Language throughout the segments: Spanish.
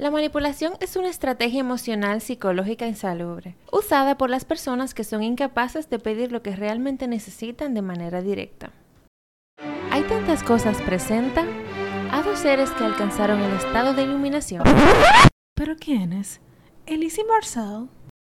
La manipulación es una estrategia emocional psicológica insalubre, usada por las personas que son incapaces de pedir lo que realmente necesitan de manera directa. Hay tantas cosas presenta a dos seres que alcanzaron el estado de iluminación. ¿Pero quiénes? Elise y Marcel.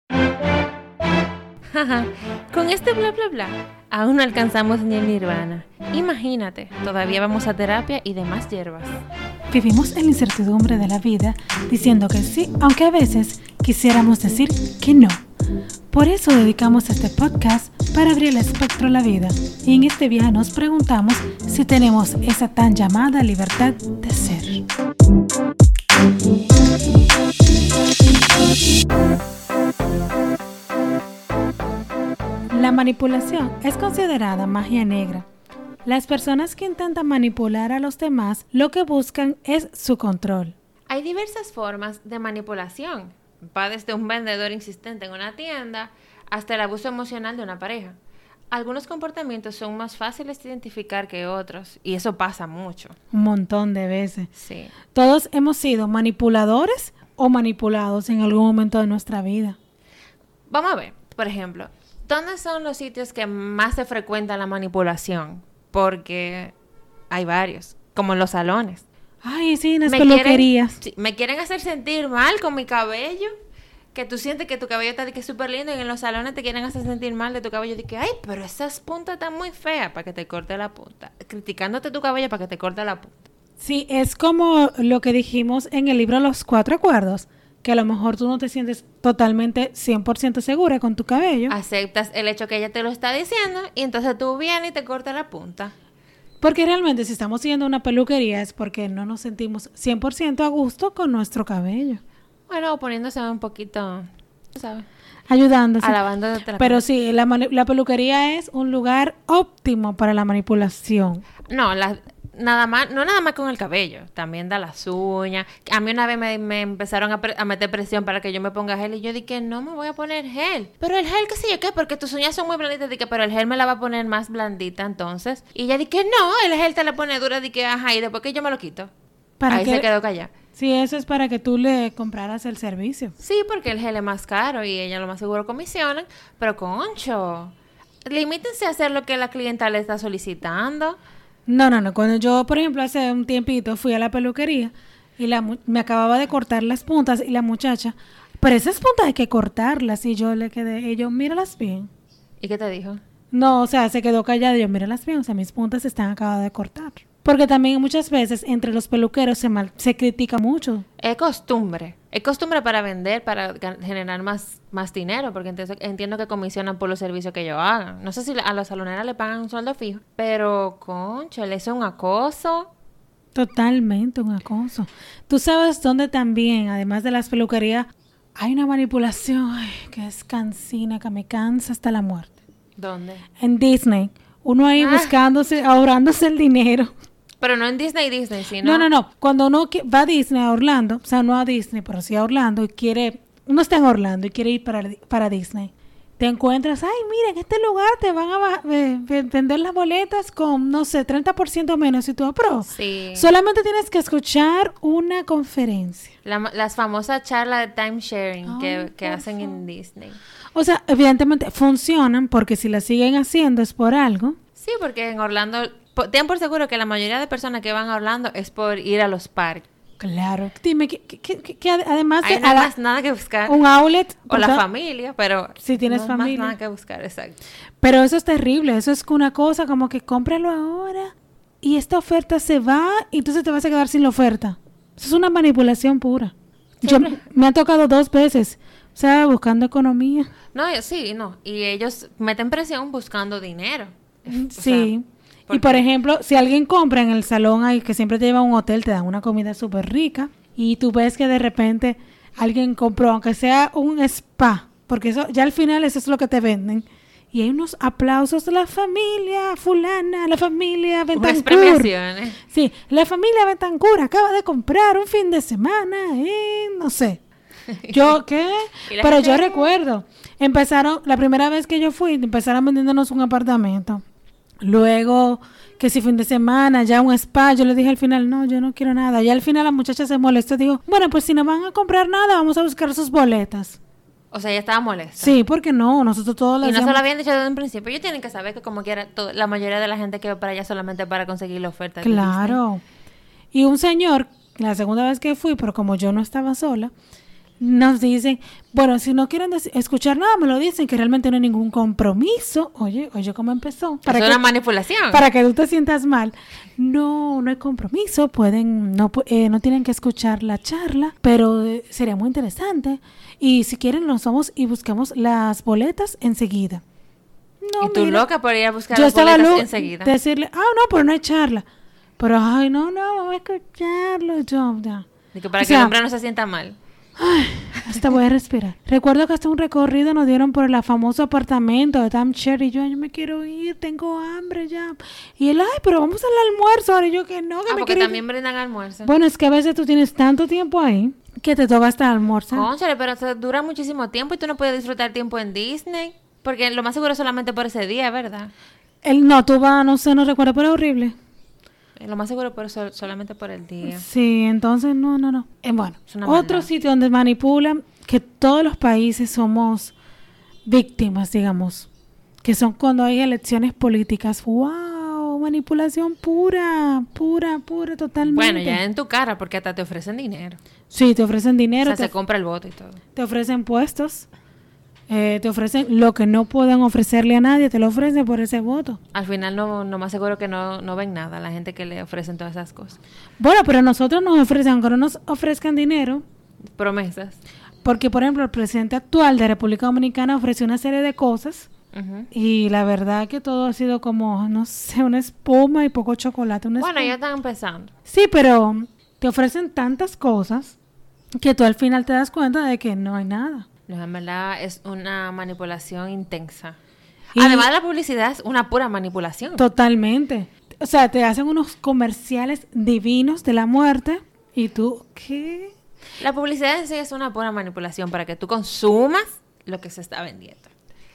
Con este bla bla bla, aún no alcanzamos ni el nirvana. Imagínate, todavía vamos a terapia y demás hierbas. Vivimos en la incertidumbre de la vida, diciendo que sí, aunque a veces quisiéramos decir que no. Por eso dedicamos este podcast para abrir el espectro a la vida. Y en este viaje nos preguntamos si tenemos esa tan llamada libertad de ser. La manipulación es considerada magia negra. Las personas que intentan manipular a los demás lo que buscan es su control. Hay diversas formas de manipulación. Va desde un vendedor insistente en una tienda hasta el abuso emocional de una pareja. Algunos comportamientos son más fáciles de identificar que otros y eso pasa mucho. Un montón de veces. Sí. Todos hemos sido manipuladores o manipulados en algún momento de nuestra vida. Vamos a ver, por ejemplo, ¿dónde son los sitios que más se frecuenta la manipulación? Porque hay varios, como en los salones. Ay, sí, en las peluquerías. Me quieren hacer sentir mal con mi cabello. Que tú sientes que tu cabello está súper lindo y en los salones te quieren hacer sentir mal de tu cabello. De que, ay, pero esas puntas están muy feas para que te corte la punta. Criticándote tu cabello para que te corte la punta. Sí, es como lo que dijimos en el libro Los 4 Acuerdos. Que a lo mejor tú no te sientes totalmente 100% segura con tu cabello. Aceptas el hecho que ella te lo está diciendo y entonces tú vienes y te cortas la punta. Porque realmente si estamos siguiendo una peluquería es porque no nos sentimos 100% a gusto con nuestro cabello. Bueno, poniéndose un poquito, ¿sabes? Ayudándose. Alabándote la Pero sí, la peluquería es un lugar óptimo para la manipulación. No, nada más con el cabello, también da las uñas. A mí una vez me empezaron a meter presión para que yo me ponga gel y yo dije, no me voy a poner gel. Pero el gel, qué sé yo qué, porque tus uñas son muy blanditas. Dije, pero el gel me la va a poner más blandita entonces. Y ella dije, no, el gel te la pone dura. Dije, ajá, y después que yo me lo quito. Ahí se quedó callada. Sí, eso es para que tú le compraras el servicio. Sí, porque el gel es más caro y ella lo más seguro comisionan. Pero concho, limítense a hacer lo que la clienta le está solicitando. No. Cuando yo, por ejemplo, hace un tiempito fui a la peluquería y me acababa de cortar las puntas y la muchacha, pero esas puntas hay que cortarlas y yo le quedé, y yo, míralas bien. ¿Y qué te dijo? No, o sea, se quedó callada y yo, míralas bien, o sea, mis puntas están acabadas de cortar. Porque también muchas veces entre los peluqueros se critica mucho. Es costumbre para vender, para generar más dinero, porque entonces entiendo que comisionan por los servicios que ellos hagan. No sé si a las saloneras le pagan un sueldo fijo, pero, conchale, eso es un acoso. Totalmente un acoso. Tú sabes dónde también, además de las peluquerías, hay una manipulación que es cansina, que me cansa hasta la muerte. ¿Dónde? En Disney. Uno ahí ahorrándose el dinero. Pero no en Disney, sino... No. Cuando uno va a Disney, a Orlando, o sea, no a Disney, pero sí a Orlando, uno está en Orlando y quiere ir para Disney. Te encuentras, ay, mira, en este lugar te van a vender las boletas con, no sé, 30% menos. Y tú, pero sí. Solamente tienes que escuchar una conferencia. Las famosas charlas de timesharing que hacen en Disney. O sea, evidentemente funcionan porque si las siguen haciendo es por algo. Sí, porque en Orlando... Ten por seguro que la mayoría de personas que van a Orlando es por ir a los parques. Claro. Dime, que además hay nada que buscar. Un outlet. O la familia, pero... Si tienes no familia. Más nada que buscar, exacto. Pero eso es terrible. Eso es una cosa como que cómpralo ahora y esta oferta se va y entonces te vas a quedar sin la oferta. Eso es una manipulación pura. Me ha tocado 2 veces. O sea, buscando economía. No, sí, no. Y ellos meten presión buscando dinero. Sí. Y por ejemplo, si alguien compra en el salón ahí, que siempre te lleva a un hotel, te dan una comida súper rica, y tú ves que de repente alguien compró, aunque sea un spa, porque eso ya al final eso es lo que te venden, y hay unos aplausos de la familia fulana, la familia Betancur. Unas premiaciones. Sí, la familia Betancur acaba de comprar un fin de semana, no sé. ¿Yo qué? Pero yo recuerdo, la primera vez que yo fui, empezaron vendiéndonos un apartamento. Luego, que si fin de semana, ya un spa, yo le dije al final, no, yo no quiero nada. Y al final la muchacha se molestó, dijo, bueno, pues si no van a comprar nada, vamos a buscar sus boletas. O sea, ella estaba molesta. Sí, porque no, nosotros todos Y no se lo habían dicho desde un principio. Ellos tienen que saber que como quiera, la mayoría de la gente que va para allá solamente para conseguir la oferta. Claro. Y un señor, la segunda vez que fui, pero como yo no estaba sola, nos dicen, bueno, si no quieren escuchar nada, me lo dicen, que realmente no hay ningún compromiso. Oye, cómo empezó. Es una manipulación. Para que tú te sientas mal. No hay compromiso, no tienen que escuchar la charla, pero sería muy interesante. Y si quieren, nos vamos y buscamos las boletas enseguida. No, y tú loca por ir a buscar las boletas enseguida. Decirle, no, pero no hay charla. Pero, no, vamos a escucharlo. Y que para que el hombre no se sienta mal. Ay, hasta voy a respirar. Recuerdo que hasta un recorrido nos dieron por el famoso apartamento de Timeshare y yo me quiero ir, tengo hambre ya. Y él, pero vamos al almuerzo. Ahora y yo que no, que me porque quiero también brindan almuerzo. Bueno, es que a veces tú tienes tanto tiempo ahí que te toca hasta almorzar. Cónchale, pero se dura muchísimo tiempo y tú no puedes disfrutar tiempo en Disney. Porque lo más seguro es solamente por ese día, ¿verdad? Tú vas, no recuerdo, pero es horrible. Lo más seguro por eso, solamente por el día. Sí, entonces no. Bueno, otro sitio donde manipulan, que todos los países somos víctimas, digamos, que son cuando hay elecciones políticas. ¡Wow! Manipulación pura, totalmente. Bueno, ya en tu cara, porque hasta te ofrecen dinero. Sí, te ofrecen dinero. O sea, se compra el voto y todo. Te ofrecen puestos. Te ofrecen lo que no pueden ofrecerle a nadie, te lo ofrecen por ese voto. Al final no más seguro que no ven nada la gente que le ofrecen todas esas cosas. Bueno, pero nosotros nos ofrecen, aunque no nos ofrezcan dinero. Promesas. Porque, por ejemplo, el presidente actual de República Dominicana ofreció una serie de cosas y la verdad que todo ha sido como, no sé, una espuma y poco chocolate. Bueno, ya están empezando. Sí, pero te ofrecen tantas cosas que tú al final te das cuenta de que no hay nada. No, en verdad es una manipulación intensa. Y además de la publicidad es una pura manipulación. Totalmente. O sea, te hacen unos comerciales divinos de la muerte y tú, ¿qué? La publicidad en sí es una pura manipulación para que tú consumas lo que se está vendiendo.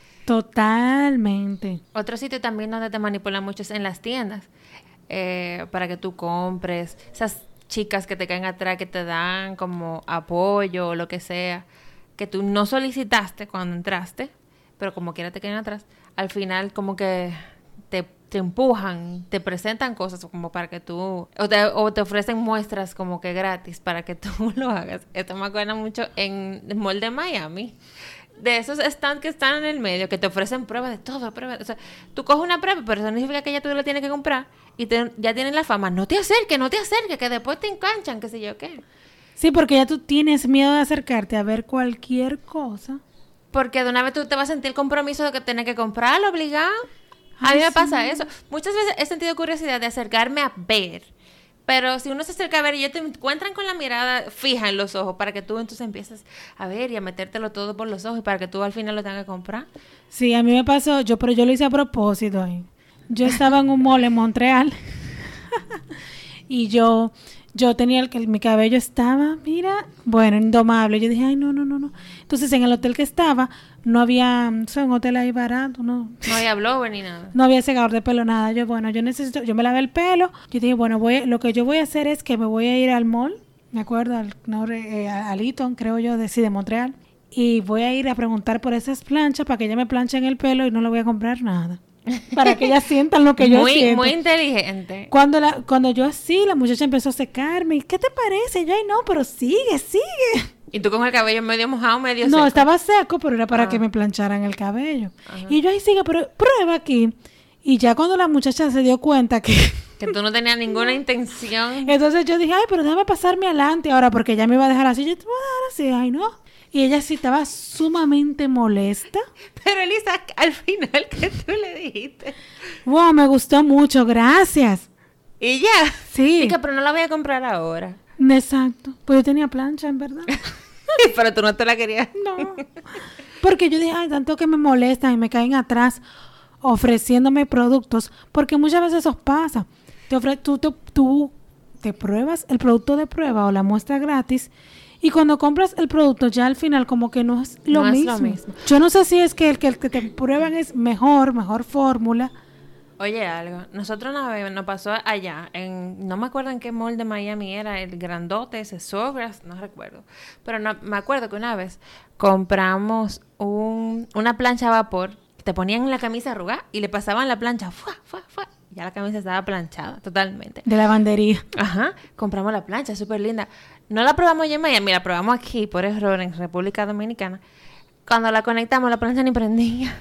Totalmente. Otro sitio también donde te manipulan mucho es en las tiendas. Para que tú compres. Esas chicas que te caen atrás que te dan como apoyo o lo que sea, que tú no solicitaste cuando entraste, pero como quiera te quedan atrás, al final como que te empujan, te presentan cosas como para que tú, o te ofrecen muestras como que gratis para que tú lo hagas. Esto me acuerda mucho en el Mall de Miami, de esos stands que están en el medio, que te ofrecen pruebas de todo, o sea, tú coges una prueba, pero eso no significa que ya tú la tienes que comprar, y ya tienen la fama, no te acerques, que después te enganchan, qué sé yo qué. Sí, porque ya tú tienes miedo de acercarte a ver cualquier cosa. Porque de una vez tú te vas a sentir el compromiso de que tienes que comprarlo obligado. A mí me pasa eso. Muchas veces he sentido curiosidad de acercarme a ver. Pero si uno se acerca a ver y ellos te encuentran con la mirada fija en los ojos para que tú entonces empieces a ver y a metértelo todo por los ojos y para que tú al final lo tengas que comprar. Sí, a mí me pasó, pero yo lo hice a propósito ahí. Yo estaba en un mall en Montreal y yo tenía mi cabello estaba, mira, bueno, indomable. Yo dije, ay, no. Entonces, en el hotel que estaba, no había, un hotel ahí barato, no. No había blower ni nada. No había secador de pelo, nada. Yo me lavé el pelo. Yo dije, bueno, lo que yo voy a hacer es que me voy a ir al mall, me acuerdo, al Eaton, creo yo, de Montreal. Y voy a ir a preguntar por esas planchas para que ella me planchen el pelo y no le voy a comprar nada. Para que ellas sientan lo que yo siento. Muy inteligente. Cuando yo así, la muchacha empezó a secarme. ¿Qué te parece? Yo, ay, no, pero sigue. ¿Y tú con el cabello medio mojado, medio seco? No, estaba seco, pero era para que me plancharan el cabello. Ajá. Y yo, ay, sigue, pero prueba aquí. Y ya cuando la muchacha se dio cuenta que tú no tenías ninguna intención. Entonces yo dije, ay, pero déjame pasarme adelante ahora, porque ella me iba a dejar así. Yo te voy a dejar así, ay, no. Y ella sí estaba sumamente molesta. Pero Elisa, al final, ¿qué tú le dijiste? Wow, me gustó mucho, gracias. ¿Y ya? Sí. Pero no la voy a comprar ahora. Exacto. Pues yo tenía plancha, en verdad. Pero tú no te la querías. No. Porque yo dije, ay, tanto que me molestan y me caen atrás ofreciéndome productos. Porque muchas veces eso pasa. Tú te pruebas el producto de prueba o la muestra gratis. Y cuando compras el producto, ya al final como que no es lo mismo. Yo no sé si es que el que te prueban es mejor fórmula. Oye, algo. Nosotros una vez nos pasó allá, no me acuerdo en qué mall de Miami era, el grandote, ese Sogras, no recuerdo. Pero me acuerdo que una vez compramos una plancha a vapor, te ponían la camisa arrugada y le pasaban la plancha, ¡fua, fua, fua! Ya la camisa estaba planchada totalmente. De lavandería. Ajá, compramos la plancha, súper linda. No la probamos ya en Miami, la probamos aquí por error en República Dominicana. Cuando la conectamos, la plancha ni prendía.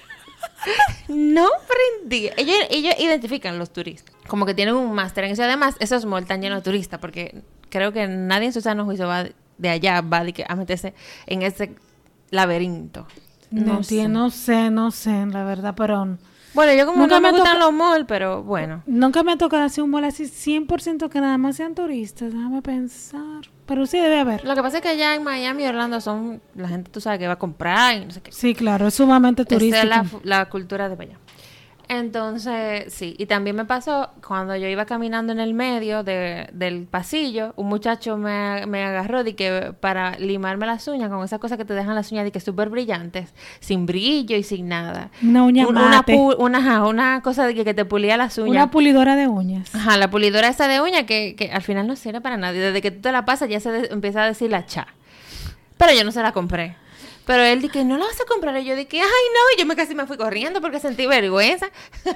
No prendía. Ellos identifican los turistas. Como que tienen un máster en eso. Además, esos malls están llenos de turistas porque creo que nadie en su sano juicio va de allá, a meterse en ese laberinto. No sé, la verdad, pero... Bueno, yo como nunca no me gustan los malls, pero bueno. Nunca me ha tocado hacer un mall así 100% que nada más sean turistas. Déjame pensar. Pero sí debe haber. Lo que pasa es que allá en Miami y Orlando son la gente, tú sabes, que va a comprar y no sé qué. Sí, claro, es sumamente turístico. Esa es la cultura de allá. Entonces, sí. Y también me pasó cuando yo iba caminando en el medio del pasillo, un muchacho me agarró de que para limarme las uñas con esas cosas que te dejan las uñas de que súper brillantes, sin brillo y sin nada. Una uña mate. Una cosa de que te pulía las uñas. Una pulidora de uñas. Ajá, la pulidora esa de uñas que al final no sirve para nadie. Desde que tú te la pasas ya empieza a decir la cha. Pero yo no se la compré. Pero él dije, ¿no la vas a comprar? Y yo dije, ay, no. Y yo casi me fui corriendo porque sentí vergüenza.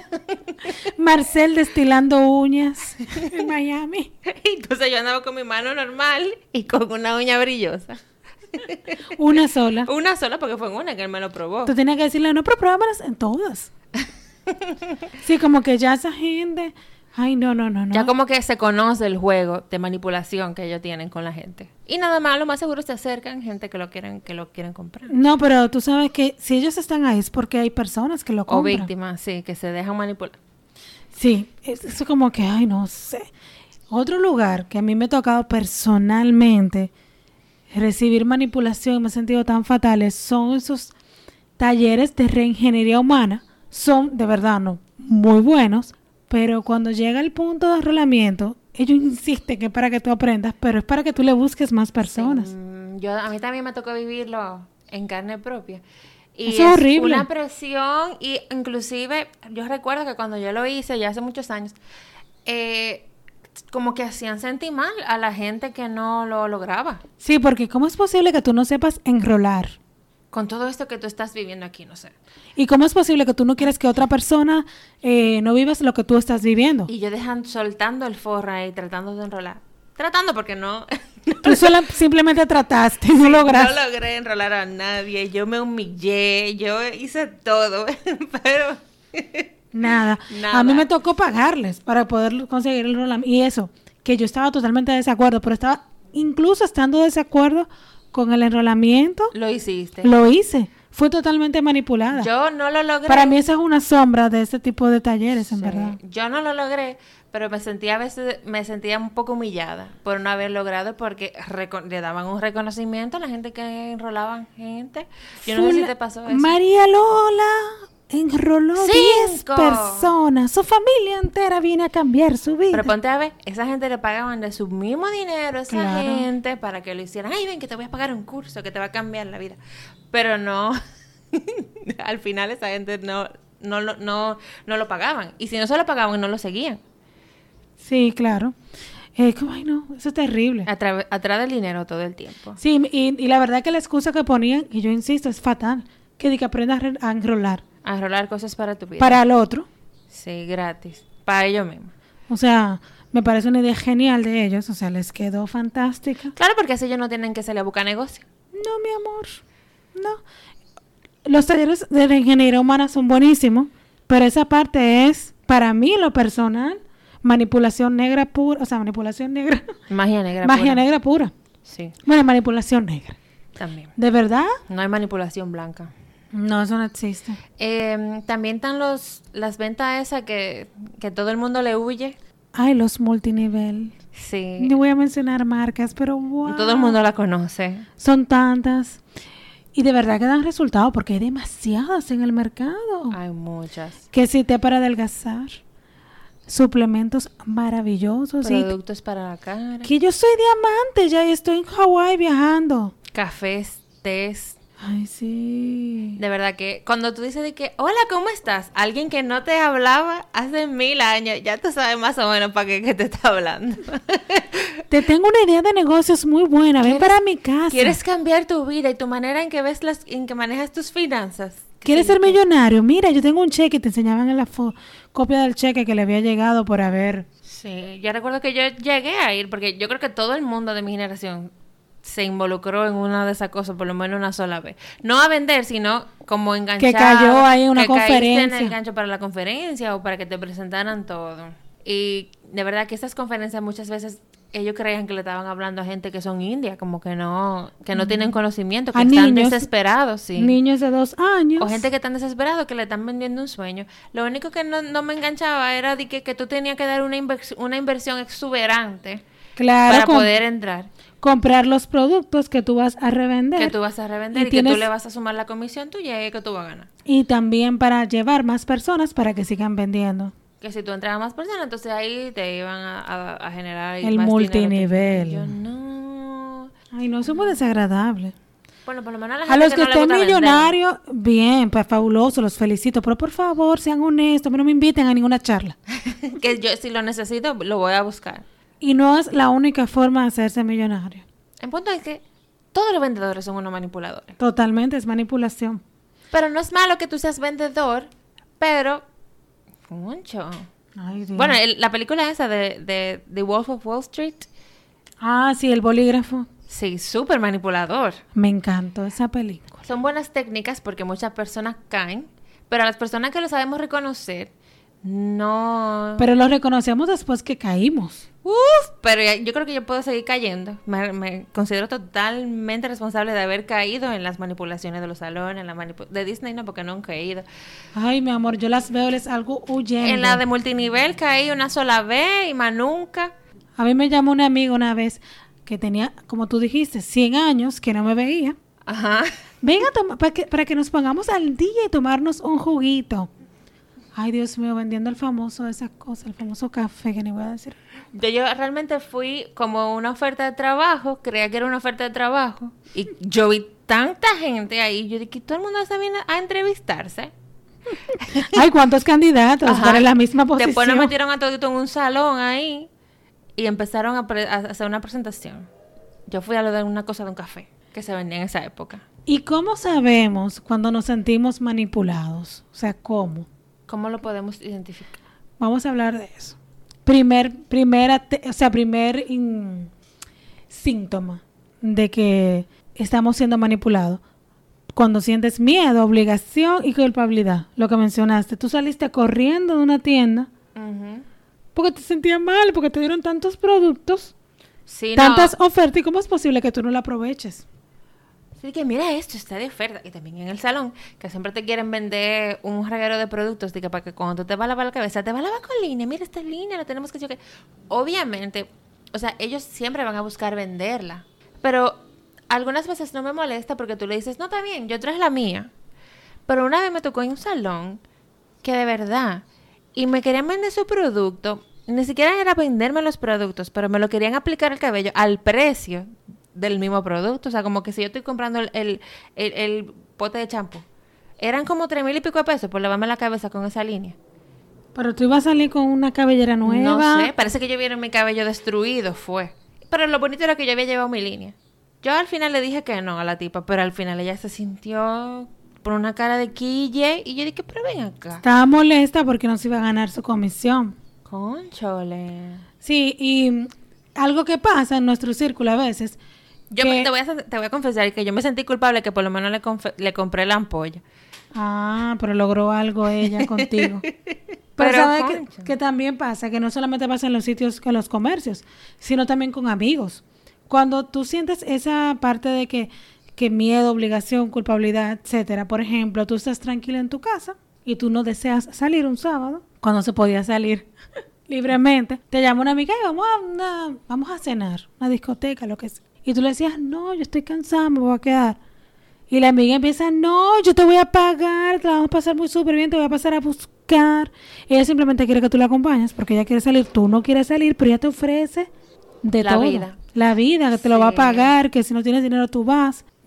Marcel destilando uñas en Miami. Entonces yo andaba con mi mano normal y con una uña brillosa. Una sola. Una sola porque fue en una que él me lo probó. Tú tenías que decirle, no, pero pruébamelas en todas. Sí, como que ya esa gente... Ay, no. Ya como que se conoce el juego de manipulación que ellos tienen con la gente. Y nada más, lo más seguro se acercan gente que lo quieren comprar. No, pero tú sabes que si ellos están ahí es porque hay personas que lo compran. O víctimas, sí, que se dejan manipular. Sí, eso como que, ay, no sé. Otro lugar que a mí me ha tocado personalmente recibir manipulación y me he sentido tan fatales son esos talleres de reingeniería humana. Son, de verdad, no, muy buenos. Pero cuando llega el punto de arrolamiento, ellos insisten que es para que tú aprendas, pero es para que tú le busques más personas. Sí, a mí también me tocó vivirlo en carne propia. Y eso es horrible. Una presión y inclusive yo recuerdo que cuando yo lo hice ya hace muchos años, como que hacían sentir mal a la gente que no lo lograba. Sí, porque ¿cómo es posible que tú no sepas enrolar? Con todo esto que tú estás viviendo aquí, no sé. ¿Y cómo es posible que tú no quieras que otra persona no vivas lo que tú estás viviendo? Y yo soltando el forro ahí, tratando de enrolar. Tratando porque no... Tú simplemente trataste, no lograste. No logré enrolar a nadie, yo me humillé, yo hice todo, pero... Nada. A mí me tocó pagarles para poder conseguir el enrolamiento. Y eso, que yo estaba totalmente de desacuerdo, pero estaba incluso estando de desacuerdo con el enrolamiento. Lo hiciste. Lo hice. Fue totalmente manipulada. Yo no lo logré. Para mí esa es una sombra de este tipo de talleres, en verdad. Yo no lo logré, pero me sentía un poco humillada por no haber logrado porque le daban un reconocimiento a la gente que enrolaban gente. Yo no sé si te pasó eso. María Lola enroló 10 personas. Su familia entera viene a cambiar su vida. Pero ponte a ver, esa gente le pagaban de su mismo dinero a esa gente para que lo hicieran. Ay, ven que te voy a pagar un curso que te va a cambiar la vida. Pero no, al final esa gente no lo pagaban. Y si no se lo pagaban, no lo seguían. Sí, claro. Ay, no, eso es terrible. Atrás del dinero todo el tiempo. Sí, y la verdad que la excusa que ponían, y yo insisto, es fatal. Que aprendas a enrolar. A enrolar cosas para tu vida. Para el otro. Sí, gratis. Para ellos mismos. O sea, me parece una idea genial de ellos. O sea, les quedó fantástica. Claro, porque así ellos no tienen que salir a buscar negocio. No, mi amor. No. Los talleres de ingeniería humana son buenísimos. Pero esa parte es, para mí, lo personal, manipulación negra pura. O sea, manipulación negra. Magia negra pura. Magia negra pura. Sí. Bueno, manipulación negra. También. ¿De verdad? No hay manipulación blanca. No, eso no existe. También están las ventas esas que todo el mundo le huye. Ay, los multinivel. Sí. No voy a mencionar marcas, pero wow. Todo el mundo la conoce. Son tantas. Y de verdad que dan resultado porque hay demasiadas en el mercado. Hay muchas. Que si te para adelgazar. Suplementos maravillosos. Productos para la cara. Que yo soy diamante ya y estoy en Hawái viajando. Cafés, tés. Ay, sí. De verdad que cuando tú dices de que, hola, ¿cómo estás? Alguien que no te hablaba hace 1000 años, ya tú sabes más o menos para qué te está hablando. Te tengo una idea de negocios muy buena. Ven para mi casa. ¿Quieres cambiar tu vida y tu manera en que ves en que manejas tus finanzas? ¿Quieres ser millonario? Mira, yo tengo un cheque. Te enseñaban en la copia del cheque que le había llegado por haber... Sí, yo recuerdo que yo llegué a ir, porque yo creo que todo el mundo de mi generación se involucró en una de esas cosas, por lo menos una sola vez. No a vender, sino como enganchar. Que cayó ahí en una conferencia. En el gancho para la conferencia o para que te presentaran todo. Y de verdad que esas conferencias muchas veces ellos creían que le estaban hablando a gente que son indias, como que no tienen conocimiento, que están desesperados, sí. Niños de 2 años. O gente que están desesperados, que le están vendiendo un sueño. Lo único que no me enganchaba era de que tú tenías que dar una inversión exuberante para poder entrar. Comprar los productos que tú vas a revender. Que tú vas a revender y que tú le vas a sumar la comisión tuya y que tú vas a ganar. Y también para llevar más personas para que sigan vendiendo. Que si tú entras a más personas, entonces ahí te iban a generar el más multinivel. Yo no. Ay, no, eso es muy desagradable. Bueno, por lo menos a los que estén millonarios, bien, pues fabuloso, los felicito. Pero por favor, sean honestos, no me inviten a ninguna charla. Que yo, si lo necesito, lo voy a buscar. Y no es la única forma de hacerse millonario. El punto es que todos los vendedores son unos manipuladores. Totalmente, es manipulación. Pero no es malo que tú seas vendedor, pero... Mucho. Ay, Dios. Bueno, la película esa de The Wolf of Wall Street. Ah, sí, el bolígrafo. Sí, súper manipulador. Me encantó esa película. Son buenas técnicas porque muchas personas caen, pero a las personas que lo sabemos reconocer, no... Pero lo reconocemos después que caímos. Pero yo creo que yo puedo seguir cayendo. Me considero totalmente responsable de haber caído en las manipulaciones de los salones, de Disney no, porque nunca he ido. Ay, mi amor, yo las veo, les salgo huyendo. En la de multinivel caí una sola vez y más nunca. A mí me llamó un amigo una vez que tenía, como tú dijiste, 100 años, que no me veía. Ajá. Venga, para que nos pongamos al día y tomarnos un juguito. Ay, Dios mío, vendiendo el famoso café, que ni voy a decir. Yo realmente fui como una oferta de trabajo, creía que era una oferta de trabajo, y yo vi tanta gente ahí, yo dije que todo el mundo se viene a entrevistarse. Ay, ¿cuántos candidatos para la misma posición? Después nos metieron a todito en un salón ahí y empezaron a hacer una presentación. Yo fui a lo de una cosa de un café que se vendía en esa época. ¿Y cómo sabemos cuando nos sentimos manipulados? O sea, ¿cómo? ¿Cómo lo podemos identificar? Vamos a hablar de eso. Primer síntoma de que estamos siendo manipulados. Cuando sientes miedo, obligación y culpabilidad. Lo que mencionaste. Tú saliste corriendo de una tienda porque te sentías mal, porque te dieron tantos productos, tantas ofertas. ¿Y cómo es posible que tú no la aproveches? Sí, que mira esto, está de oferta. Y también en el salón, que siempre te quieren vender un reguero de productos, de que para que cuando tú te vas a lavar la cabeza, te vas a lavar con línea, mira esta línea, la tenemos que decir. Obviamente, o sea, ellos siempre van a buscar venderla. Pero algunas veces no me molesta porque tú le dices, no, está bien, yo traje la mía. Pero una vez me tocó en un salón que de verdad, y me querían vender su producto, ni siquiera era venderme los productos, pero me lo querían aplicar al cabello al precio del mismo producto. O sea, como que si yo estoy comprando el pote de champú, eran como 3,000 y pico de pesos por lavarme la cabeza con esa línea. Pero tú ibas a salir con una cabellera nueva. No sé, parece que yo vieron mi cabello destruido, fue. Pero lo bonito era que yo había llevado mi línea. Yo al final le dije que no a la tipa, pero al final ella se sintió por una cara de quille y yo dije, pero ven acá. Estaba molesta porque no se iba a ganar su comisión. Conchole. Sí, y algo que pasa en nuestro círculo a veces... Te voy a confesar que yo me sentí culpable que por lo menos le compré la ampolla. Ah, pero logró algo ella contigo. Pero ¿sabes que también pasa? Que no solamente pasa en los sitios, con los comercios, sino también con amigos. Cuando tú sientes esa parte de que miedo, obligación, culpabilidad, etcétera. Por ejemplo, tú estás tranquila en tu casa y tú no deseas salir un sábado, cuando se podía salir libremente. Te llama una amiga y vamos a cenar, una discoteca, lo que sea. Y tú le decías, no, yo estoy cansada, me voy a quedar. Y la amiga empieza, no, yo te voy a pagar, te la vamos a pasar muy súper bien, te voy a pasar a buscar. Y ella simplemente quiere que tú la acompañes porque ella quiere salir, tú no quieres salir, pero ella te ofrece de todo. La vida, que te lo va a pagar, que si no tienes dinero tú vas.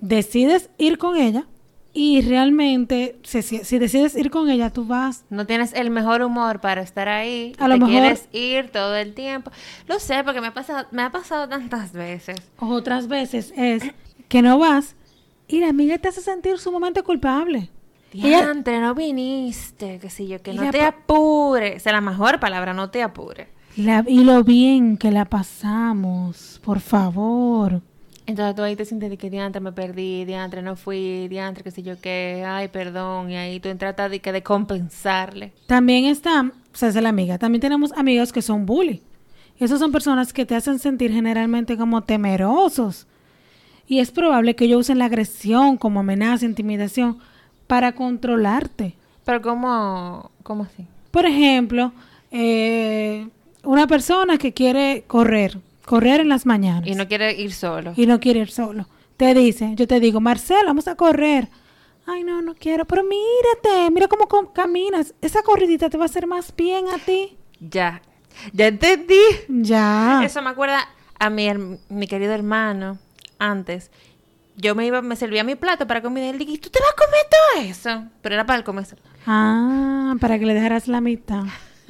decides ir con ella y realmente, si decides ir con ella, tú vas... No tienes el mejor humor para estar ahí. A lo mejor quieres ir todo el tiempo. Lo sé, porque me ha pasado tantas veces. Otras veces es que no vas y la amiga te hace sentir sumamente culpable. Diantre, no viniste, que si yo, que no te apures. Esa es la mejor palabra, no te apures. Y lo bien que la pasamos, por favor. Entonces tú ahí te sientes de que diantre me perdí, diantre no fui, diantre que si yo qué, ay perdón, y ahí tú tratas de compensarle. También está, o sea, es la amiga, también tenemos amigos que son bully. Esas son personas que te hacen sentir generalmente como temerosos. Y es probable que ellos usen la agresión como amenaza, intimidación, para controlarte. Pero ¿cómo así? Por ejemplo, una persona que quiere correr en las mañanas. Y no quiere ir solo. Te dice, yo te digo, Marcelo, vamos a correr. Ay, no quiero, pero mira cómo caminas. Esa corridita te va a hacer más bien a ti. Ya entendí. Ya. Eso me acuerda a mi querido hermano antes. Yo me servía mi plato para comida y él dije, ¿tú te vas a comer todo eso? Pero era para él comer. Para que le dejaras la mitad.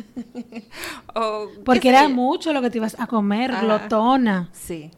Porque era mucho lo que te ibas a comer, glotona. Sí.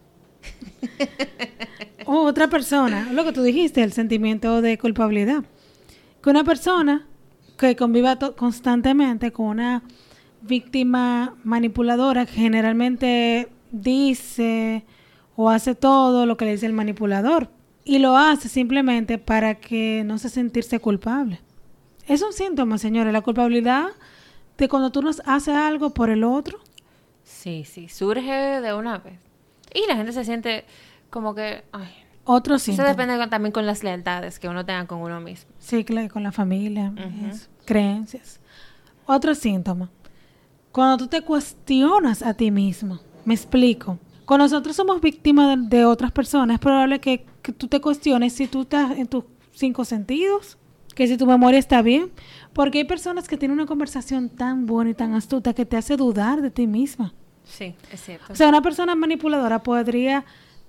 Otra persona, lo que tú dijiste, el sentimiento de culpabilidad. Que una persona que conviva constantemente con una víctima manipuladora que generalmente dice o hace todo lo que le dice el manipulador y lo hace simplemente para que no se sentirse culpable. Es un síntoma, señores, la culpabilidad de cuando tú nos haces algo por el otro. Sí, surge de una vez. Y la gente se siente como que... Ay. Otro síntoma. Eso depende también con las lealtades que uno tenga con uno mismo. Sí, claro, con la familia, creencias. Otro síntoma. Cuando tú te cuestionas a ti mismo. Me explico. Cuando nosotros somos víctimas de otras personas, es probable que tú te cuestiones si tú estás en tus 5 sentidos, que si tu memoria está bien. Porque hay personas que tienen una conversación tan buena y tan astuta que te hace dudar de ti misma. Sí, es cierto. O sea, una persona manipuladora podría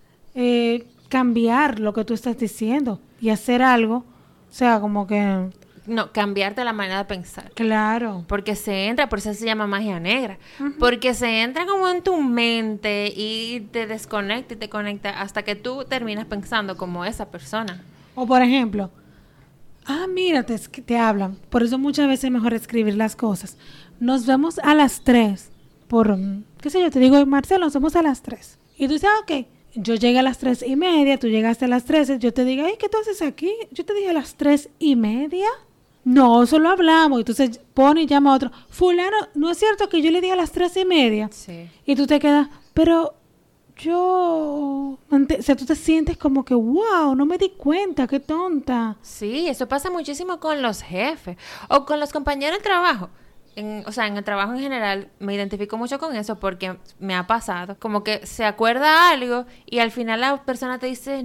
cambiar lo que tú estás diciendo y hacer algo, o sea, como que... No, cambiarte la manera de pensar. Claro. Porque por eso se llama magia negra. Porque se entra como en tu mente y te desconecta y te conecta hasta que tú terminas pensando como esa persona. O por ejemplo, mira, te hablan. Por eso muchas veces es mejor escribir las cosas. Nos vemos a las 3. Qué sé yo, te digo, Marcelo, nos vemos a las 3. Y tú dices, ok. Yo llegué a las 3:30, tú llegaste a las 13. Yo te digo, ¿qué tú haces aquí? Yo te dije a las 3:30. No, solo hablamos. Entonces pone y llama a otro. Fulano, ¿no es cierto que yo le dije a las 3:30? Sí. Y tú te quedas, pero yo... O sea, tú te sientes como que, wow, no me di cuenta, qué tonta. Sí, eso pasa muchísimo con los jefes o con los compañeros de trabajo. En el trabajo en general me identifico mucho con eso porque me ha pasado. Como que se acuerda algo y al final la persona te dice,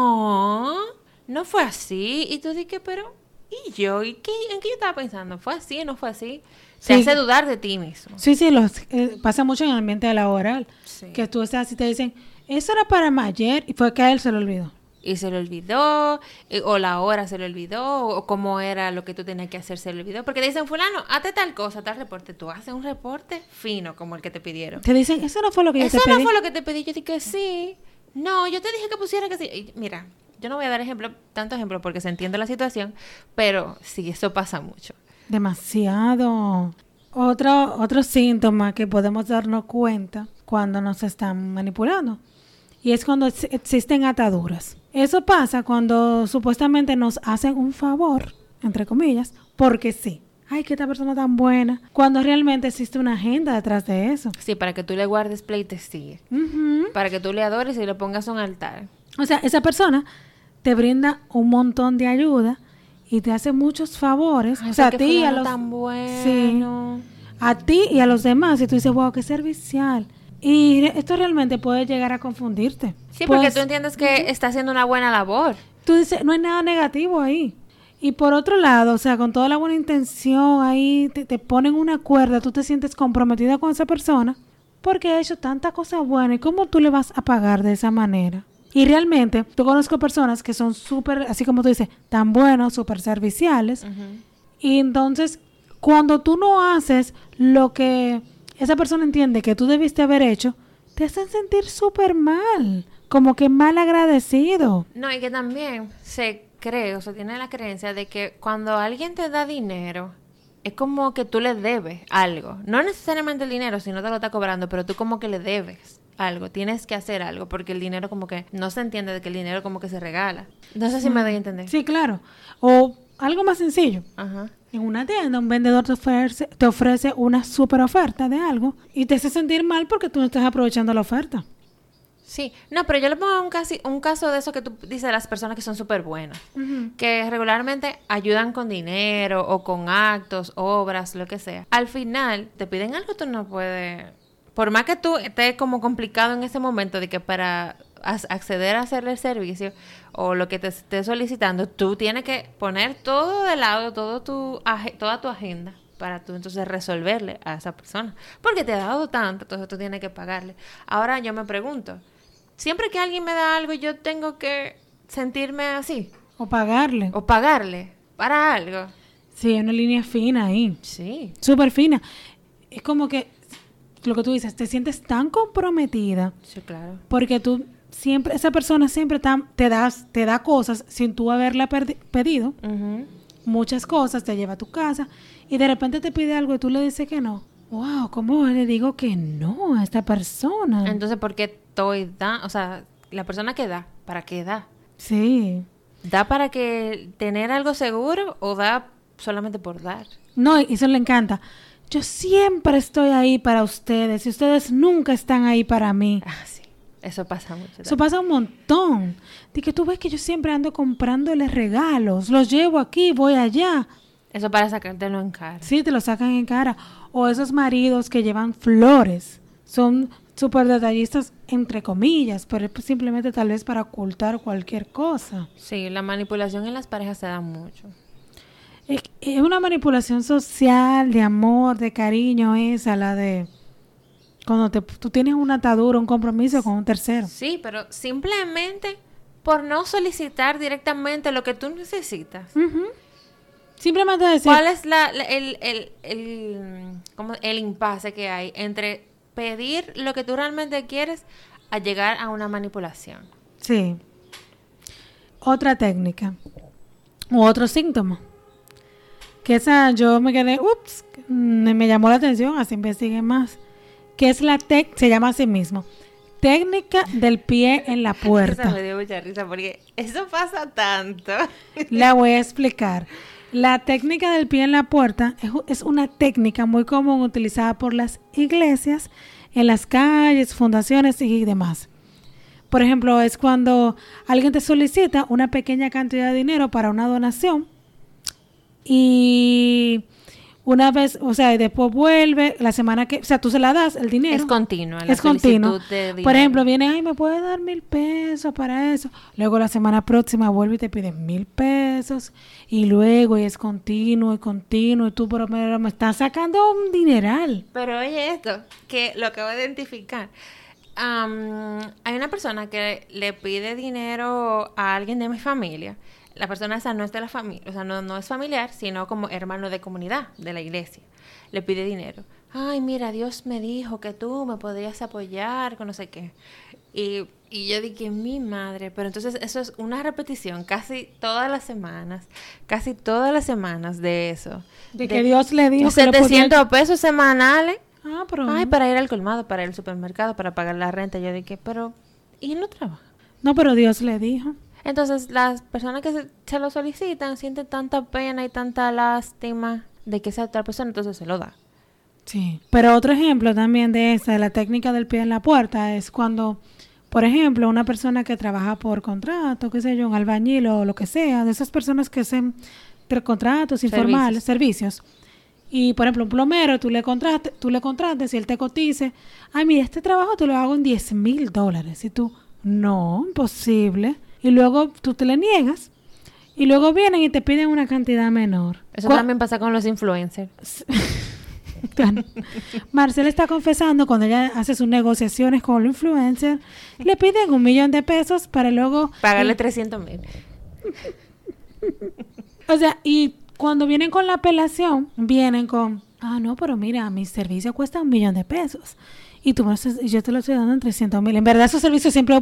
no fue así. Y tú dices, pero... ¿Y yo? ¿En qué yo estaba pensando? ¿Fue así? ¿No fue así? Te hace dudar de ti mismo. Sí, pasa mucho en el ambiente laboral. Sí. Que tú estás y te dicen, eso era para ayer, y fue que a él se lo olvidó. Y se le olvidó, o la hora se le olvidó, o cómo era lo que tú tenías que hacer se le olvidó. Porque te dicen, fulano, hazte tal cosa, tal reporte. Tú haces un reporte fino como el que te pidieron. Te dicen, eso no fue lo que yo te pedí. Eso no fue lo que te pedí. Yo dije, sí. No, yo te dije que pusiera que sí. Y mira, yo no voy a dar tanto ejemplo porque se entiende la situación, pero sí, eso pasa mucho. Demasiado. Otro síntoma que podemos darnos cuenta cuando nos están manipulando. Y es cuando existen ataduras. Eso pasa cuando supuestamente nos hacen un favor, entre comillas, porque sí. Ay, que esta persona tan buena. Cuando realmente existe una agenda detrás de eso. Sí, para que tú le guardes pleitesía. Para que tú le adores y le pongas un altar. O sea, esa persona te brinda un montón de ayuda y te hace muchos favores. Ay, o sea, a ti y a los... tan bueno. Sí, a ti y a los demás. Y tú dices, wow, qué servicial. Y esto realmente puede llegar a confundirte. Sí, porque tú entiendes que está haciendo una buena labor. Tú dices, no hay nada negativo ahí. Y por otro lado, o sea, con toda la buena intención, ahí te ponen una cuerda, tú te sientes comprometida con esa persona porque ha hecho tanta cosa buena. ¿Y cómo tú le vas a pagar de esa manera? Y realmente, yo conozco personas que son súper, así como tú dices, tan buenos, súper serviciales. Y entonces, cuando tú no haces lo que esa persona entiende que tú debiste haber hecho, te hacen sentir súper mal, como que mal agradecido. No, y que también se cree, o sea, tiene la creencia de que cuando alguien te da dinero, es como que tú le debes algo. No necesariamente el dinero, si no te lo está cobrando, pero tú como que le debes algo, tienes que hacer algo, porque el dinero como que no se entiende de que el dinero como que se regala. No sé si me doy a entender. Sí, claro. O algo más sencillo. Ajá. En una tienda, un vendedor te ofrece una super oferta de algo y te hace sentir mal porque tú no estás aprovechando la oferta. Sí, no, pero yo le pongo un caso de eso que tú dices de las personas que son súper buenas, que regularmente ayudan con dinero o con actos, obras, lo que sea. Al final, te piden algo, tú no puedes... Por más que tú estés como complicado en ese momento de que para acceder a hacerle el servicio o lo que te esté solicitando, tú tienes que poner todo de lado, toda tu agenda para tú entonces resolverle a esa persona. Porque te ha dado tanto, entonces tú tienes que pagarle. Ahora yo me pregunto, siempre que alguien me da algo, yo tengo que sentirme así. O pagarle. O pagarle para algo. Sí, hay una línea fina ahí. Sí. Súper fina. Es como que lo que tú dices, te sientes tan comprometida. Sí, claro. Porque tú siempre, esa persona siempre te da cosas sin tú haberla pedido. Muchas cosas, te lleva a tu casa y de repente te pide algo y tú le dices que no. Wow, ¿cómo le digo que no a esta persona? Entonces, ¿por qué estoy o sea, la persona que da, ¿para qué da? Sí. ¿Da para que tener algo seguro o da solamente por dar? No, y eso le encanta. Yo siempre estoy ahí para ustedes y ustedes nunca están ahí para mí. Ah, sí. Eso pasa mucho. Eso pasa un montón. De que tú ves que yo siempre ando comprándoles regalos. Los llevo aquí, voy allá. Eso para sacártelo en cara. Sí, te lo sacan en cara. O esos maridos que llevan flores. Son súper detallistas, entre comillas, pero es simplemente tal vez para ocultar cualquier cosa. Sí, la manipulación en las parejas se da mucho. Es una manipulación social, de amor, de cariño, esa, la de cuando tú tienes una atadura, un compromiso con un tercero. Sí, pero simplemente por no solicitar directamente lo que tú necesitas. Simplemente decir... ¿Cuál es el impasse que hay entre pedir lo que tú realmente quieres a llegar a una manipulación? Sí. Otra técnica. U otro síntoma. Que esa yo me quedé, me llamó la atención, así investigué más. Que es se llama así mismo, técnica del pie en la puerta. Eso me dio mucha risa porque eso pasa tanto. La voy a explicar. La técnica del pie en la puerta es una técnica muy común utilizada por las iglesias, en las calles, fundaciones y demás. Por ejemplo, es cuando alguien te solicita una pequeña cantidad de dinero para una donación. Y una vez, o sea, y después vuelve la semana que, o sea, tú se la das el dinero. Es continua. Es continuo. Por ejemplo, viene, ay, me puedes dar 1,000 pesos para eso. Luego la semana próxima vuelve y te pide 1,000 pesos. Y luego y es continuo. Y tú, pero me estás sacando un dineral. Pero oye esto, que lo acabo de identificar. Hay una persona que le pide dinero a alguien de mi familia. La persona esa no es de la familia, o sea, no es familiar, sino como hermano de comunidad de la iglesia. Le pide dinero. Ay, mira, Dios me dijo que tú me podrías apoyar con no sé qué. Y yo dije, mi madre, pero entonces eso es una repetición casi todas las semanas de eso. De que Dios le dijo 700 pesos semanales. Pero... Ay, para ir al colmado, para ir al supermercado, para pagar la renta. Yo dije, pero, ¿y él no trabaja? No, pero Dios le dijo. Entonces, las personas que se lo solicitan sienten tanta pena y tanta lástima de que esa otra persona entonces se lo da. Sí. Pero otro ejemplo también de la técnica del pie en la puerta, es cuando, por ejemplo, una persona que trabaja por contrato, qué sé yo, un albañil o lo que sea, de esas personas que hacen contratos informales, servicios. Y, por ejemplo, un plomero, tú le contrates y él te cotice. Ay, mira, este trabajo te lo hago en $10,000. Y tú, no, imposible. Y luego tú te le niegas. Y luego vienen y te piden una cantidad menor. Eso también pasa con los influencers. Marcela está confesando cuando ella hace sus negociaciones con los influencers, le piden $1,000,000 para luego... Pagarle 300,000. O sea, y cuando vienen con la apelación, vienen con... no, pero mira, mi servicio cuesta $1,000,000. Y yo te lo estoy dando en 300,000. En verdad, esos servicios siempre,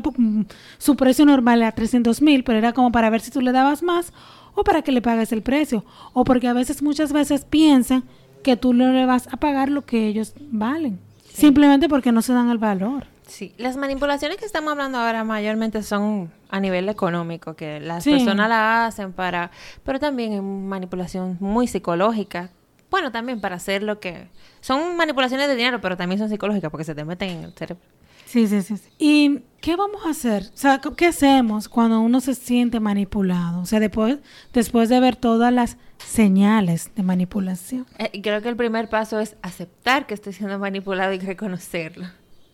su precio normal era 300,000, pero era como para ver si tú le dabas más o para que le pagues el precio. O porque muchas veces piensan que tú no le vas a pagar lo que ellos valen. Sí. Simplemente porque no se dan el valor. Sí, las manipulaciones que estamos hablando ahora mayormente son a nivel económico, que las personas la hacen pero también es manipulación muy psicológica. Bueno, también para hacer lo que... Son manipulaciones de dinero, pero también son psicológicas porque se te meten en el cerebro. Sí. ¿Y qué vamos a hacer? O sea, ¿qué hacemos cuando uno se siente manipulado? O sea, después de ver todas las señales de manipulación. Creo que el primer paso es aceptar que estoy siendo manipulado y reconocerlo.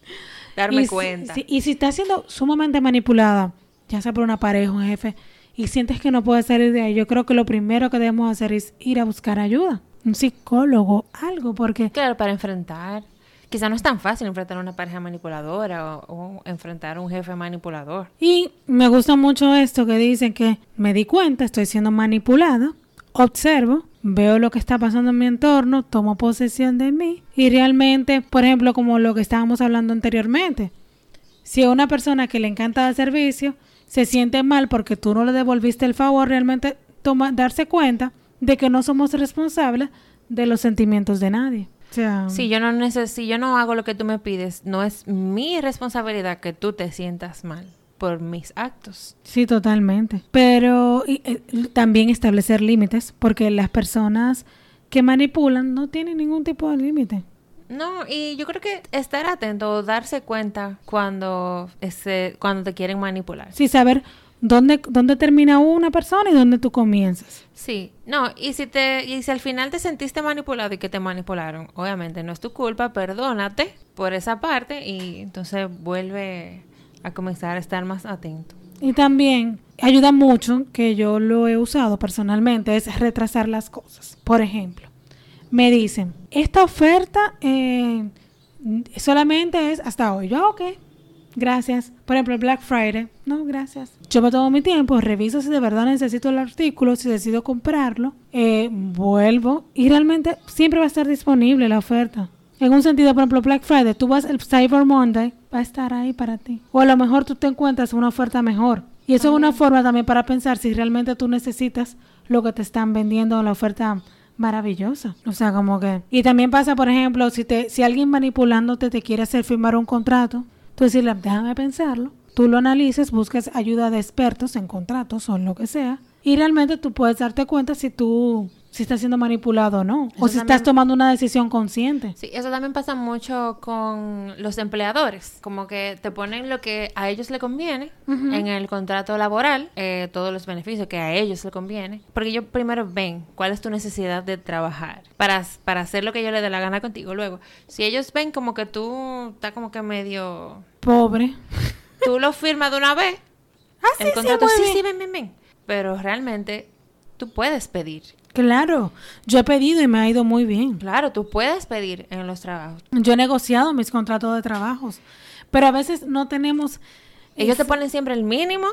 Darme cuenta. Y si estás siendo sumamente manipulada, ya sea por una pareja, un jefe, y sientes que no puedes salir de ahí, yo creo que lo primero que debemos hacer es ir a buscar ayuda. Un psicólogo, algo, porque... Claro, para enfrentar. Quizá no es tan fácil enfrentar a una pareja manipuladora o enfrentar a un jefe manipulador. Y me gusta mucho esto que dicen que me di cuenta, estoy siendo manipulada, observo, veo lo que está pasando en mi entorno, tomo posesión de mí y realmente, por ejemplo, como lo que estábamos hablando anteriormente, si a una persona que le encanta dar servicio se siente mal porque tú no le devolviste el favor, realmente darse cuenta de que no somos responsables de los sentimientos de nadie. O sea, si yo no hago lo que tú me pides, no es mi responsabilidad que tú te sientas mal por mis actos. Sí, totalmente. Pero también establecer límites, porque las personas que manipulan no tienen ningún tipo de límite. No, y yo creo que estar atento o darse cuenta cuando te quieren manipular. Sí, saber dónde termina una persona y dónde tú comienzas. Sí, no, y si al final te sentiste manipulado y que te manipularon, obviamente no es tu culpa, perdónate por esa parte y entonces vuelve a comenzar a estar más atento. Y también ayuda mucho, que yo lo he usado personalmente, es retrasar las cosas. Por ejemplo, me dicen, esta oferta solamente es hasta hoy. Yo, ok, gracias. Por ejemplo, el Black Friday, no, gracias. Yo me tomo mi tiempo, reviso si de verdad necesito el artículo, si decido comprarlo, vuelvo y realmente siempre va a estar disponible la oferta. En un sentido, por ejemplo, Black Friday, tú vas el Cyber Monday, va a estar ahí para ti. O a lo mejor tú te encuentras una oferta mejor. Y eso es una forma también para pensar si realmente tú necesitas lo que te están vendiendo, la oferta maravillosa. O sea, como que... Y también pasa, por ejemplo, si alguien manipulándote te quiere hacer firmar un contrato, tú decirle, déjame pensarlo. Tú lo analices, buscas ayuda de expertos en contratos o en lo que sea. Y realmente tú puedes darte cuenta si estás siendo manipulado o no. Eso o si estás tomando una decisión consciente. Sí, eso también pasa mucho con los empleadores. Como que te ponen lo que a ellos le conviene en el contrato laboral, todos los beneficios que a ellos le conviene. Porque ellos primero ven cuál es tu necesidad de trabajar para hacer lo que yo le dé la gana contigo. Luego, si ellos ven como que tú estás como que medio... pobre. Tú lo firmas de una vez. El contrato, sí, ven. Pero realmente tú puedes pedir. Claro, yo he pedido y me ha ido muy bien. Claro, tú puedes pedir en los trabajos. Yo he negociado mis contratos de trabajos, pero a veces no tenemos... Ellos te ponen siempre el mínimo,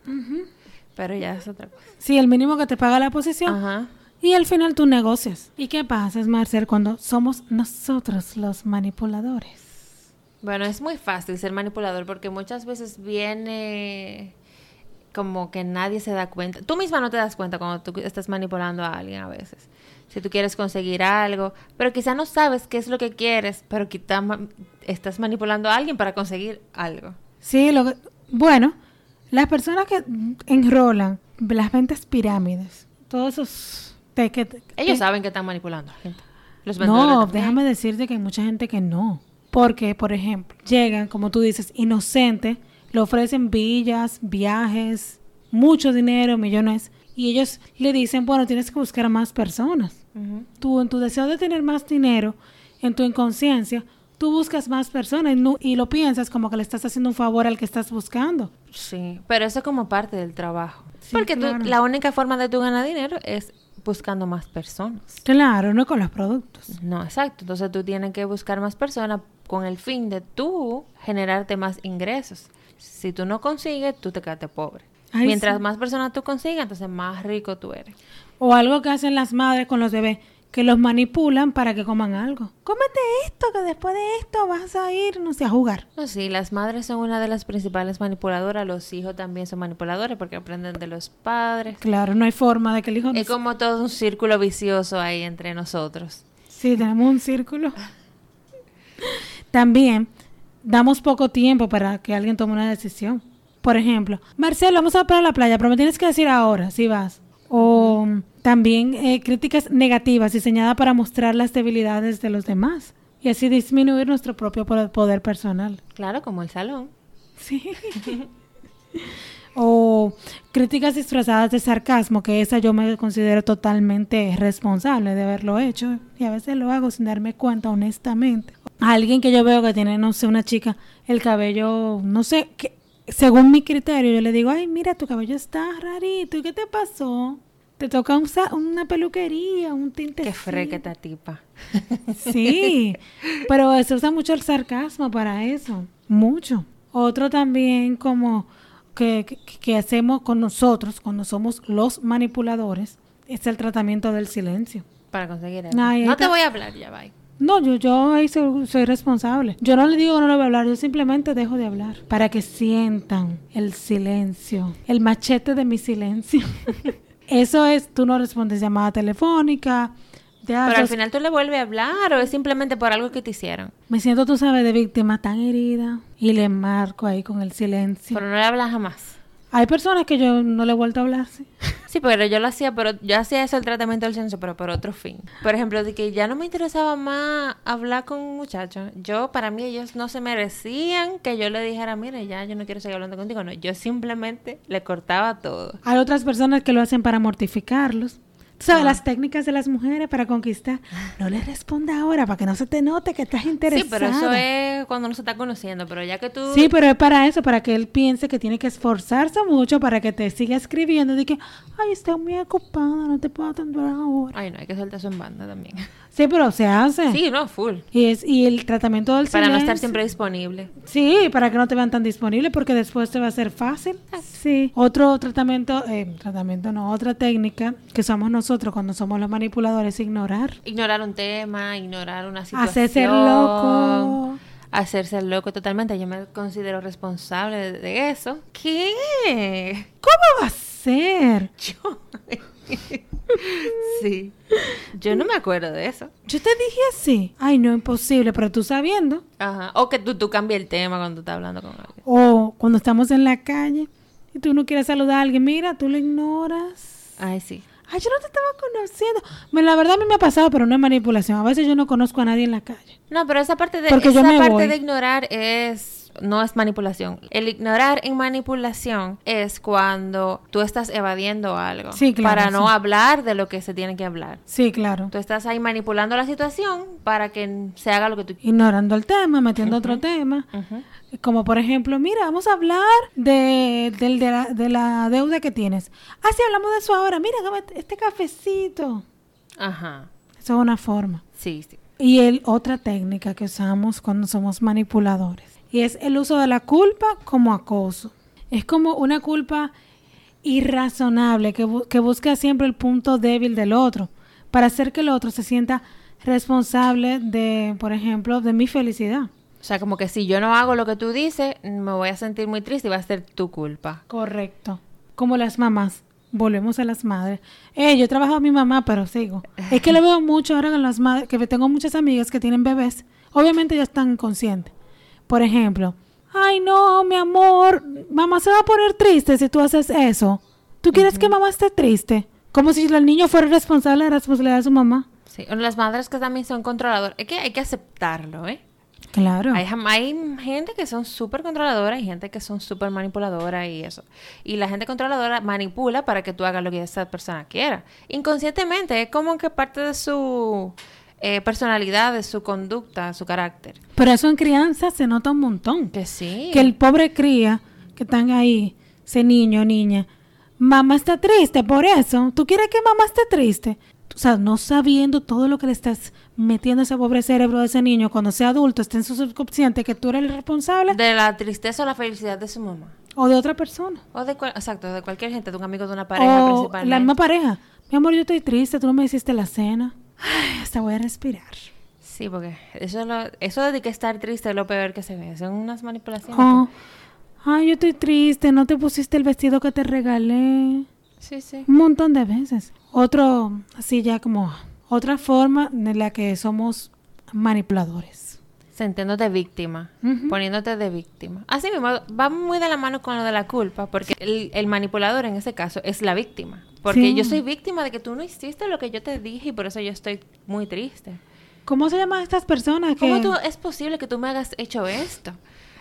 pero ya es otra cosa. Sí, el mínimo que te paga la posición. Ajá. Y al final tú negocias. ¿Y qué pasa, Marcel, cuando somos nosotros los manipuladores? Bueno, es muy fácil ser manipulador porque muchas veces viene... como que nadie se da cuenta. Tú misma no te das cuenta cuando tú estás manipulando a alguien a veces. Si tú quieres conseguir algo, pero quizá no sabes qué es lo que quieres, pero quizá estás manipulando a alguien para conseguir algo. Sí, bueno, las personas que enrolan las ventas pirámides, todos esos... Ellos saben que están manipulando a la gente. Los no, déjame decirte que hay mucha gente que no. Porque, por ejemplo, llegan, como tú dices, inocentes, le ofrecen villas, viajes, mucho dinero, millones, y ellos le dicen, bueno, tienes que buscar a más personas. Tú, en tu deseo de tener más dinero, en tu inconsciencia, tú buscas más personas y lo piensas como que le estás haciendo un favor al que estás buscando. Sí, pero eso es como parte del trabajo. Sí, porque claro. La única forma de tú ganar dinero es buscando más personas. Claro, no con los productos. No, exacto. Entonces tú tienes que buscar más personas con el fin de tú generarte más ingresos. Si tú no consigues, tú te quedaste pobre. Ay, Mientras sí. más personas tú consigas, entonces más rico tú eres. O algo que hacen las madres con los bebés, que los manipulan para que coman algo. Cómete esto, que después de esto vas a ir, no sé, a jugar. No, sí, las madres son una de las principales manipuladoras. Los hijos también son manipuladores porque aprenden de los padres. Claro, no hay forma de que el hijo... Es como todo un círculo vicioso ahí entre nosotros. Sí, tenemos un círculo. También damos poco tiempo para que alguien tome una decisión. Por ejemplo, Marcelo, vamos a para la playa, pero me tienes que decir ahora si vas. O también críticas negativas diseñadas para mostrar las debilidades de los demás y así disminuir nuestro propio poder personal. Claro, como el salón. Sí. O críticas disfrazadas de sarcasmo, que esa yo me considero totalmente responsable de haberlo hecho y a veces lo hago sin darme cuenta, honestamente. A alguien que yo veo que tiene, no sé, una chica, el cabello, no sé, que según mi criterio, yo le digo, ay, mira, tu cabello está rarito, ¿y qué te pasó? Te toca una peluquería, un tinte. Qué freca esta tipa. Sí, pero se usa mucho el sarcasmo para eso, mucho. Otro también como que hacemos con nosotros, cuando somos los manipuladores, es el tratamiento del silencio. Para conseguir eso. Ay, No te voy a hablar, ya va. No, yo ahí soy responsable. Yo no le digo que no le voy a hablar, yo simplemente dejo de hablar para que sientan el silencio, el machete de mi silencio. Eso es, tú no respondes llamada telefónica. Pero al final tú le vuelves a hablar o es simplemente por algo que te hicieron. Me siento, tú sabes, de víctima tan herida y le marco ahí con el silencio. Pero no le hablas jamás. Hay personas que yo no le he vuelto a hablar, sí. Sí, pero yo hacía eso, el tratamiento del silencio, pero por otro fin. Por ejemplo, de que ya no me interesaba más hablar con un muchacho. Para mí, ellos no se merecían que yo le dijera, mira, ya yo no quiero seguir hablando contigo. No, yo simplemente le cortaba todo. Hay otras personas que lo hacen para mortificarlos. Tú sabes, las técnicas de las mujeres para conquistar. No le responda ahora para que no se te note que estás interesada. Sí, pero eso es cuando uno se está conociendo. Pero ya que tú... Sí, pero es para eso, para que él piense que tiene que esforzarse mucho para que te siga escribiendo. De que, ay, estoy muy ocupada, no te puedo atender ahora. Ay, no, hay que soltar eso en banda también. Sí, pero se hace. Sí, no, full. Y el tratamiento del Para silencio. no estar siempre disponible. Sí, para que no te vean tan disponible porque después te va a ser fácil. Sí. Otro otra técnica que usamos nosotros cuando somos los manipuladores es ignorar. Ignorar un tema, ignorar una situación. Hacerse loco. Hacerse el loco totalmente. Yo me considero responsable de eso. ¿Qué? ¿Cómo va a ser? Yo... Sí. Yo no me acuerdo de eso. Yo te dije así. Ay, no, imposible, pero tú sabiendo. Ajá. O que tú cambies el tema cuando tú estás hablando con alguien. O cuando estamos en la calle y tú no quieres saludar a alguien, mira, tú lo ignoras. Ay, sí. Ay, yo no te estaba conociendo. La verdad a mí me ha pasado, pero no es manipulación. A veces yo no conozco a nadie en la calle. No, pero esa parte Porque yo me voy. de ignorar no es manipulación. El ignorar en manipulación es cuando tú estás evadiendo algo. Sí, claro, para no sí. hablar de lo que se tiene que hablar. Sí, claro. Tú estás ahí manipulando la situación para que se haga lo que tú quieres. Ignorando el tema, metiendo otro tema. Como por ejemplo, mira, vamos a hablar de la deuda que tienes. Ah, sí, hablamos de eso ahora. Mira, este cafecito. Ajá. Eso es una forma. Sí, sí. Y otra técnica que usamos cuando somos manipuladores. Y es el uso de la culpa como acoso. Es como una culpa irrazonable que busca siempre el punto débil del otro para hacer que el otro se sienta responsable de, por ejemplo, de mi felicidad. O sea, como que si yo no hago lo que tú dices, me voy a sentir muy triste y va a ser tu culpa. Correcto. Como las mamás. Volvemos a las madres. Yo he trabajado a mi mamá, pero sigo. Es que lo veo mucho ahora con las madres, que tengo muchas amigas que tienen bebés. Obviamente ya están conscientes. Por ejemplo, ay no, mi amor, mamá se va a poner triste si tú haces eso. ¿Tú quieres que mamá esté triste? Como si el niño fuera responsable de la responsabilidad de su mamá. Sí, las madres que también son controladoras. Es que hay que aceptarlo, ¿eh? Claro. Hay gente que son súper controladoras y gente que son súper manipuladoras y eso. Y la gente controladora manipula para que tú hagas lo que esa persona quiera. Inconscientemente, es como que parte de su personalidad, de su conducta, su carácter. Pero eso en crianza se nota un montón. Que sí. Que el pobre cría, que están ahí, ese niño o niña, mamá está triste por eso. ¿Tú quieres que mamá esté triste? O sea, no sabiendo todo lo que le estás metiendo a ese pobre cerebro de ese niño cuando sea adulto, esté en su subconsciente que tú eres el responsable. De la tristeza o la felicidad de su mamá. O de otra persona. O de exacto, de cualquier gente, de un amigo, de una pareja o principalmente. La misma pareja. Mi amor, yo estoy triste, tú no me hiciste la cena. Ay, hasta voy a respirar. Sí, porque eso de que estar triste es lo peor que se ve. Son unas manipulaciones. Ay, yo estoy triste, no te pusiste el vestido que te regalé. Sí, sí. Un montón de veces. Así ya como otra forma en la que somos manipuladores. Sintiéndote víctima, poniéndote de víctima. Así mismo, va muy de la mano con lo de la culpa, porque el manipulador en ese caso es la víctima. Porque yo soy víctima de que tú no hiciste lo que yo te dije y por eso yo estoy muy triste. ¿Cómo se llaman estas personas? ¿Cómo es posible que tú me hayas hecho esto?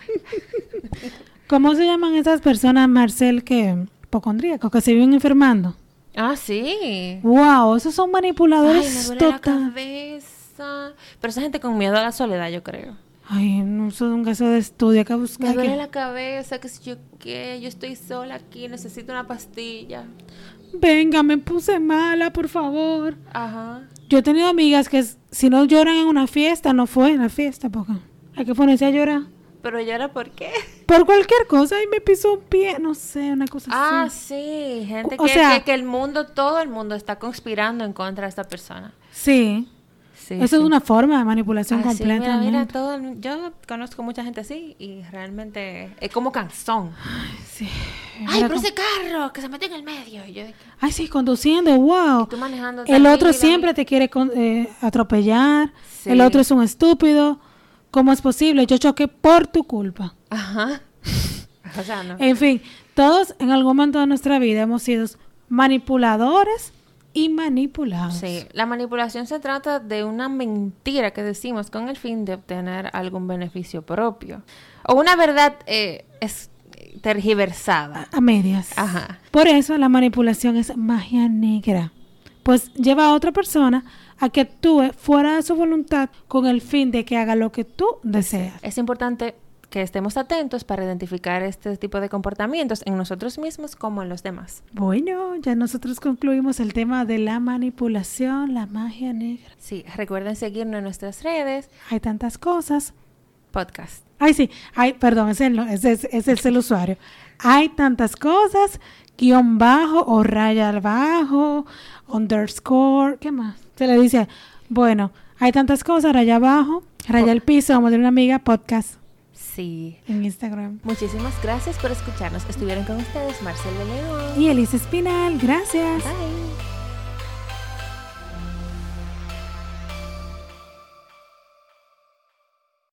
¿Cómo se llaman esas personas, Marcel, hipocondríacos, que se viven enfermando? Ah, sí. Wow, esos son manipuladores. Ay, me duele la cabeza. Pero esa gente con miedo a la soledad, yo creo. Ay, no es un caso de estudio, hay que buscar. Me duele la cabeza, que si yo qué, yo estoy sola aquí, necesito una pastilla. Venga, me puse mala, por favor. Ajá. Yo he tenido amigas que si no lloran en una fiesta, no fue en la fiesta, porque hay que ponerse a llorar. ¿Pero llora por qué? Por cualquier cosa, y me pisó un pie, no sé, una cosa así. Ah, sí, gente que todo el mundo está conspirando en contra de esta persona. Sí. Eso es una forma de manipulación completa. Mira, yo conozco mucha gente así y realmente es como canzón. Ay, sí. Ay, pero ese carro que se metió en el medio. Y yo ay, sí, conduciendo, wow. Y tú manejando. El otro siempre te quiere atropellar. Sí. El otro es un estúpido. ¿Cómo es posible? Yo choqué por tu culpa. Ajá. O sea, no. En fin, todos en algún momento de nuestra vida hemos sido manipuladores y manipulados. Sí, la manipulación se trata de una mentira que decimos con el fin de obtener algún beneficio propio. O una verdad es tergiversada. A medias. Ajá. Por eso la manipulación es magia negra. Pues lleva a otra persona a que actúe fuera de su voluntad con el fin de que haga lo que tú deseas. Es importante que estemos atentos para identificar este tipo de comportamientos en nosotros mismos como en los demás. Bueno, ya nosotros concluimos el tema de la manipulación, la magia negra. Sí, recuerden seguirnos en nuestras redes. Hay tantas cosas. Podcast. Ay, sí. Ay, perdón, ese es el usuario. Hay tantas cosas, _ o raya abajo, _ ¿qué más? Se le dice, bueno, hay tantas cosas, raya abajo, raya al piso, vamos a tener una amiga, podcast. Sí. En Instagram. Muchísimas gracias por escucharnos. Estuvieron con ustedes Marcel de León y Elisa Espinal. Gracias. Bye.